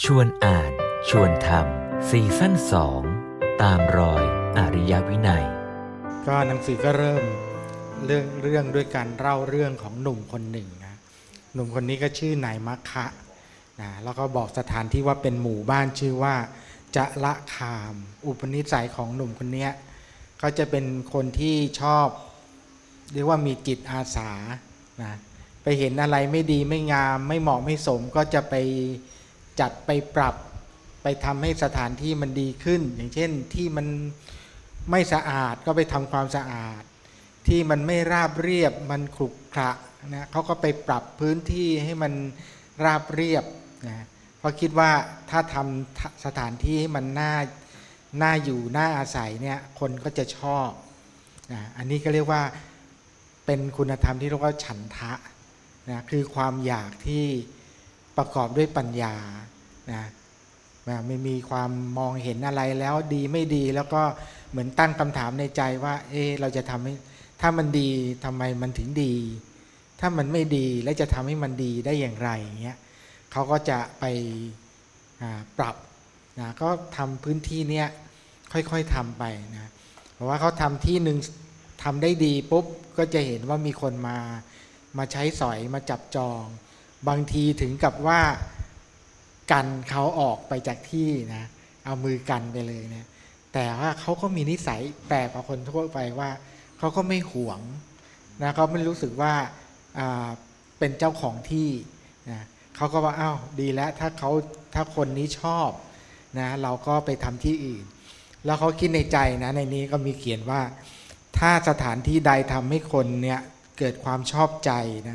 ชวนอ่านชวนทำซีซั่น2ตามรอยอริยวินัยก็หนังสือก็เริ่มเรื่องด้วยการเล่าเรื่องของหนุ่มคนหนึ่งนะหนุ่มคนนี้ก็ชื่อนายมัคคะนะแล้วก็บอกสถานที่ว่าเป็นหมู่บ้านชื่อว่าจะละคามอุปนิสัยของหนุ่มคนนี้ก็จะเป็นคนที่ชอบเรียกว่ามีจิตอาสานะไปเห็นอะไรไม่ดีไม่งามไม่เหมาะไม่สมก็จะไปจัดไปปรับไปทำให้สถานที่มันดีขึ้นอย่างเช่นที่มันไม่สะอาดก็ไปทำความสะอาดที่มันไม่ราบเรียบมันขรุขระนะเขาก็ไปปรับพื้นที่ให้มันราบเรียบนะเพราะคิดว่าถ้าทำสถานที่ให้มันน่าอยู่น่าอาศัยเนี่ยคนก็จะชอบนะอันนี้ก็เรียกว่าเป็นคุณธรรมที่เรียกว่าฉันทะนะคือความอยากที่ประกอบด้วยปัญญานะไม่มีความมองเห็นอะไรแล้วดีไม่ดีแล้วก็เหมือนตั้งคำถามในใจว่าเราจะทำให้ถ้ามันดีทำไมมันถึงดีถ้ามันไม่ดีแล้วจะทำให้มันดีได้อย่างไรอย่างเงี้ยเขาก็จะไปปรับนะก็ทำพื้นที่เนี้ยค่อยๆทำไปนะเพราะว่าเขาทำที่หนึ่งทำได้ดีปุ๊บก็จะเห็นว่ามีคนมาใช้สอยมาจับจองบางทีถึงกับว่ากันเขาออกไปจากที่นะเอามือกันไปเลยนะแต่ว่าเขาก็มีนิสัยแปลกกว่าคนทั่วไปว่าเขาก็ไม่หวงนะเขาไม่รู้สึกว่าเป็นเจ้าของที่นะเขาก็ว่าอ้าวดีแล้วถ้าคนนี้ชอบนะเราก็ไปทำที่อื่นแล้วเขาคิดในใจนะในนี้ก็มีเขียนว่าถ้าสถานที่ใดทำให้คนเนี่ยเกิดความชอบใจนะ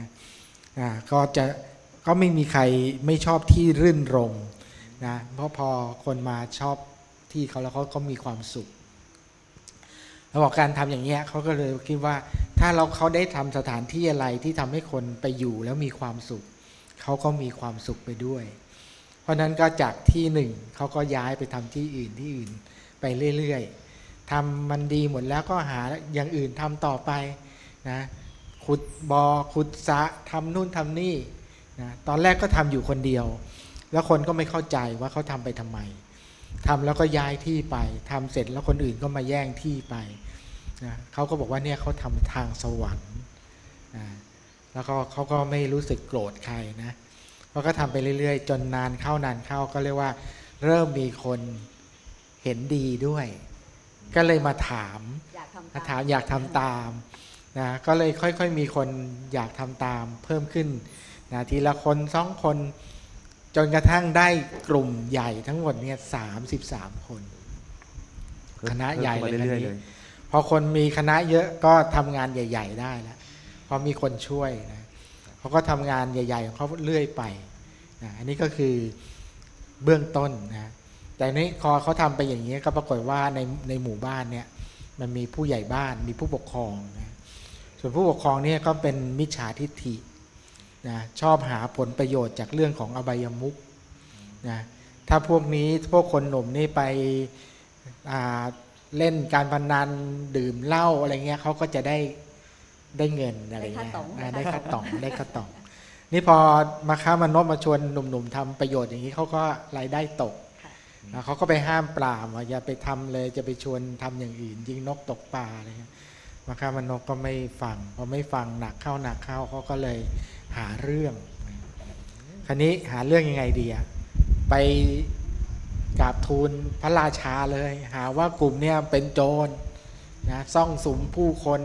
ก็ไม่มีใครไม่ชอบที่รื่นรมนะเพราะพอคนมาชอบที่เขาแล้วเขาก็มีความสุขแล้วบอกการทำอย่างเงี้ยเขาก็เลยคิดว่าถ้าเขาได้ทำสถานที่อะไรที่ทำให้คนไปอยู่แล้วมีความสุขเขาก็มีความสุขไปด้วยเพราะนั้นก็จากที่หนึ่งเขาก็ย้ายไปทำที่อื่นไปเรื่อยๆทำมันดีหมดแล้วก็หาอย่างอื่นทำต่อไปนะขุดบ่อขุดสระทำนู่นทำนี่นะตอนแรกก็ทำอยู่คนเดียวแล้วคนก็ไม่เข้าใจว่าเขาทำไปทำไมทำแล้วก็ย้ายที่ไปทำเสร็จแล้วคนอื่นก็มาแย่งที่ไปนะเขาก็บอกว่าเนี่ยเขาทำทางสวรรค์แล้วก็เขาก็ไม่รู้สึกโกรธใครนะเขาก็ทำไปเรื่อยๆจนนานเข้าก็เรียกว่าเริ่มมีคนเห็นดีด้วยก็เลยมาถามอยากทำตามนะก็เลยค่อยๆมีคนอยากทำตามเพิ่มขึ้นนะทีละคน2คนจนกระทั่งได้กลุ่มใหญ่ทั้งหมดเนี่ย33คนคณะใหญ่เลยพอคนมีคณะเยอะก็ทำงานใหญ่ๆได้แล้วพอมีคนช่วยนะเขาก็ทำงานใหญ่ๆของเขาเรื่อยไปนะอันนี้ก็คือเบื้องต้นนะแต่นี้พอเขาทำไปอย่างนี้ก็ปรากฏว่าในหมู่บ้านเนี่ยมันมีผู้ใหญ่บ้านมีผู้ปกครองนะส่วนผู้ปกครองเนี่ยก็เป็นมิจฉาทิฏฐินะชอบหาผลประโยชน์จากเรื่องของอบายมุขนะถ้าพวกคนหนุ่มนี่ไปเล่นการพนันดื่มเหล้าอะไรเงี้ยเขาก็จะได้เงินอะไรเงี้ยได้ค่าต่องนี่พอมาค้ามานพมาชวนหนุ่มๆทำประโยชน์อย่างนี้เขาก็รายได้ตกเขาก็ไปห้ามปรามว่าอย่าไปทำเลยจะไปชวนทำอย่างอื่นยิงนกตกปลาอะไรเงี้ยมาค้ามานพก็ไม่ฟังพอไม่ฟังหนักเข้าเขาก็เลยหาเรื่องคราวนี้หาเรื่องยังไงดีไปกราบทูลพระราชาเลยหาว่ากลุ่มเนี่ยเป็นโจรนะซ่องสุมผู้คน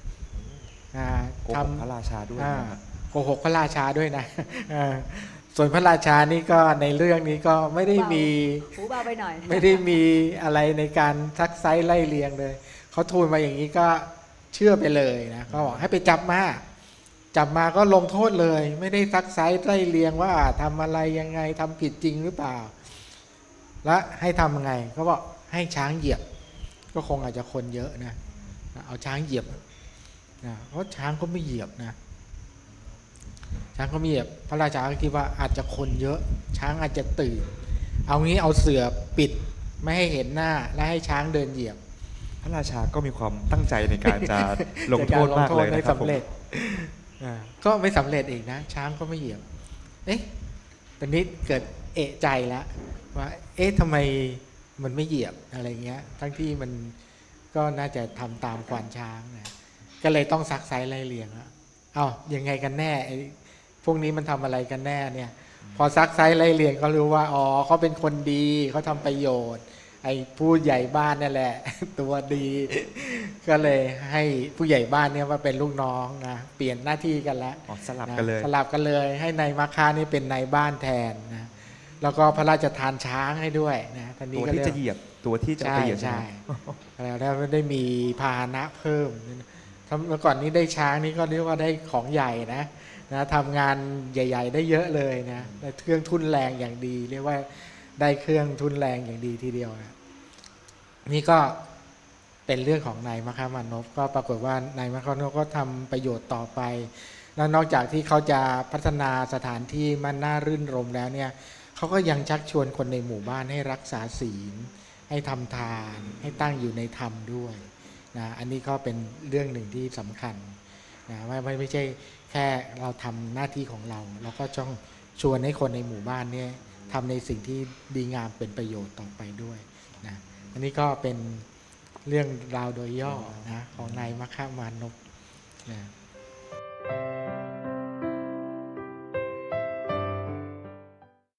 ทำพระราชาด้วยโกหกพระราชาด้วยนะส่วนพระราชานี่ก็ในเรื่องนี้ก็ไม่ได้มีหูเบาไปหน่อยไม่ได้มีอะไรในการซักไซไล่เลียงเลยเขาทูลมาอย่างนี้ก็เชื่อไปเลยนะก็บอกให้ไปจับมาก็ลงโทษเลยไม่ได้ซักไซไล่เลียงว่าทำอะไรยังไงทำผิดจริงหรือเปล่าแล้วให้ทำยังไงเขาบอกให้ช้างเหยียบก็คงอาจจะคนเยอะนะเอาช้างเหยียบนะเพราะช้างก็ไม่เหยียบนะช้างก็ไม่เหยียบพระราชาก็คิดว่าอาจจะคนเยอะช้างอาจจะตื่นเอางี้เอาเสื่อปิดไม่ให้เห็นหน้าและให้ช้างเดินเหยียบพระราชาก็มีความตั้งใจในการจะลงโทษมากเลยนะครับผมก็ไม่สำเร็จอีกนะช้างก็ไม่เหยียบตอนนี้เกิดเอะใจแล้วว่าทำไมมันไม่เหยียบอะไรเงี้ยทั้งที่มันก็น่าจะทำตามควานช้างนะก็เลยต้องซักไซไล่เลียงยังไงกันแน่พวกนี้มันทำอะไรกันแน่เนี่ยพอซักไซไล่เลียงก็รู้ว่าเขาเป็นคนดีเขาทำประโยชน์ผู้ใหญ่บ้านนี่แหละตัวดีก็เลยให้ผู้ใหญ่บ้านเนี่ยมาเป็นลูกน้องนะเปลี่ยนหน้าที่กันแล้วสลับกันเลยสลับกันเลยให้นายมัคคะนี่เป็นนายบ้านแทนนะแล้วก็พระราชทานช้างให้ด้วยนะทันนี้ตัวที่จะเหยียบตัวที่จะไปเหยียบใช่แล้วได้มีพาหนะเพิ่มเมื่อก่อนนี้ได้ช้างนี่ก็เรียกว่าได้ของใหญ่นะทำงานใหญ่ๆได้เยอะเลยนะเครื่องทุนแรงอย่างดีเรียกว่าได้เครื่องทุนแรงอย่างดีทีเดียวนะนี่ก็เป็นเรื่องของนายมัคคมานพก็ปรากฏว่านายมัคคมานพก็ทำประโยชน์ต่อไปแล้วนอกจากที่เขาจะพัฒนาสถานที่มันน่ารื่นรมแล้วเนี่ยเขาก็ยังชักชวนคนในหมู่บ้านให้รักษาศีลให้ทำทานให้ตั้งอยู่ในธรรมด้วยนะอันนี้ก็เป็นเรื่องหนึ่งที่สำคัญนะไม่ใช่แค่เราทำหน้าที่ของเราก็ต้องชวนให้คนในหมู่บ้านเนี่ยทำในสิ่งที่ดีงามเป็นประโยชน์ต่อไปด้วยนะอันนี้ก็เป็นเรื่องราวโดยย่อนะของนายมัคคมานพนะ